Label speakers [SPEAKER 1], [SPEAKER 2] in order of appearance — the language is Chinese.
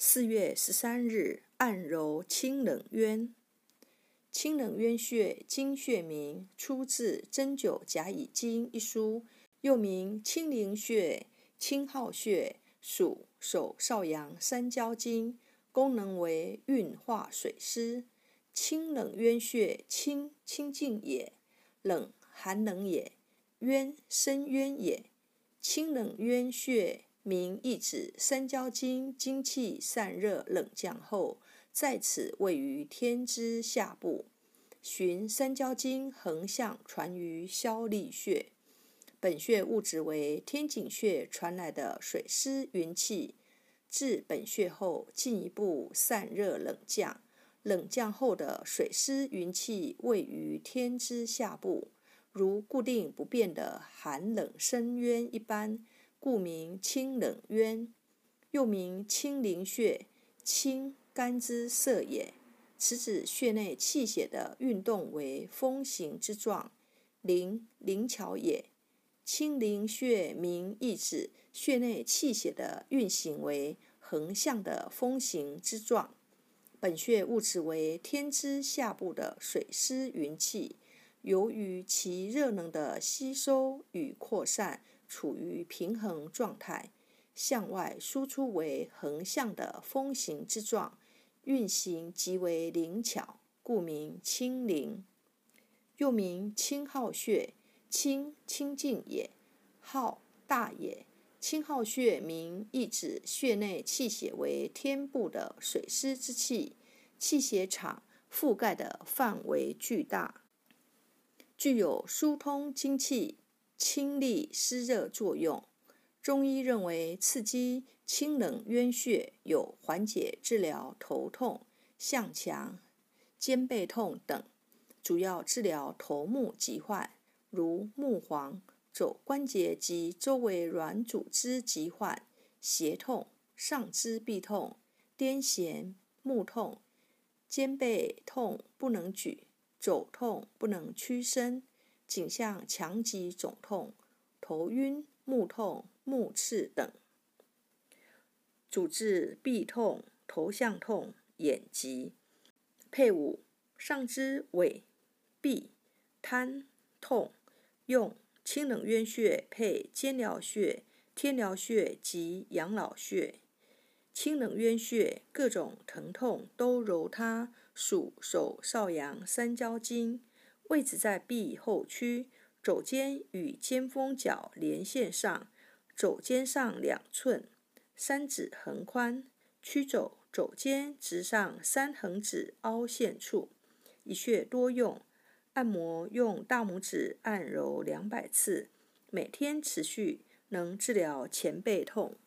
[SPEAKER 1] 4月13日，按揉清冷渊。清冷渊穴，经穴名，出自《针灸甲乙经》一书，又名清陵穴、清号穴，属手少阳三焦经，功能为运化水湿。清冷渊穴，清净也，冷寒冷也，渊深渊也。清冷渊穴名意指三焦经精气散热冷降后，在此位于天之下部，循三焦经横向传于消痢穴。本穴物质为天井穴传来的水湿云气，至本穴后进一步散热冷降，冷降后的水湿云气位于天之下部，如固定不变的寒冷深渊一般，故名清冷渊。又名清陵穴，清肝之色也，此指穴内气血的运动为风行之状，灵巧也。清陵穴名意指穴内气血的运行为横向的风行之状。本穴物质为天之下部的水湿云气，由于其热能的吸收与扩散处于平衡状态，向外输出为横向的风行之状，运行极为灵巧，故名清陵。又名清号穴，清净也，号大也。清号穴名意指穴内气血为天部的水湿之气，气血场覆盖的范围巨大，具有疏通精气、清利湿热作用。中医认为刺激清冷渊穴有缓解治疗头痛、项强、肩背痛等，主要治疗头目疾患，如目黄、肘关节及周围软组织疾患、胁痛、上肢臂痛、癫痫、目痛、肩背痛不能举、肘痛不能屈伸、颈项强疾肿痛、头晕、目痛、目赤等，主治臂痛、头项痛、眼疾。配伍上肢痿、痹、瘫、痛，用清冷渊穴配肩髎穴、天髎穴及养老穴。清冷渊穴各种疼痛都揉它，属手少阳三焦经，位置在臂后区，肘尖与肩峰角连线上，肘尖上2寸，3指横宽，曲肘尖直上3横指凹陷处。一穴多用，按摩用大拇指按揉200次，每天持续，能治疗前背痛。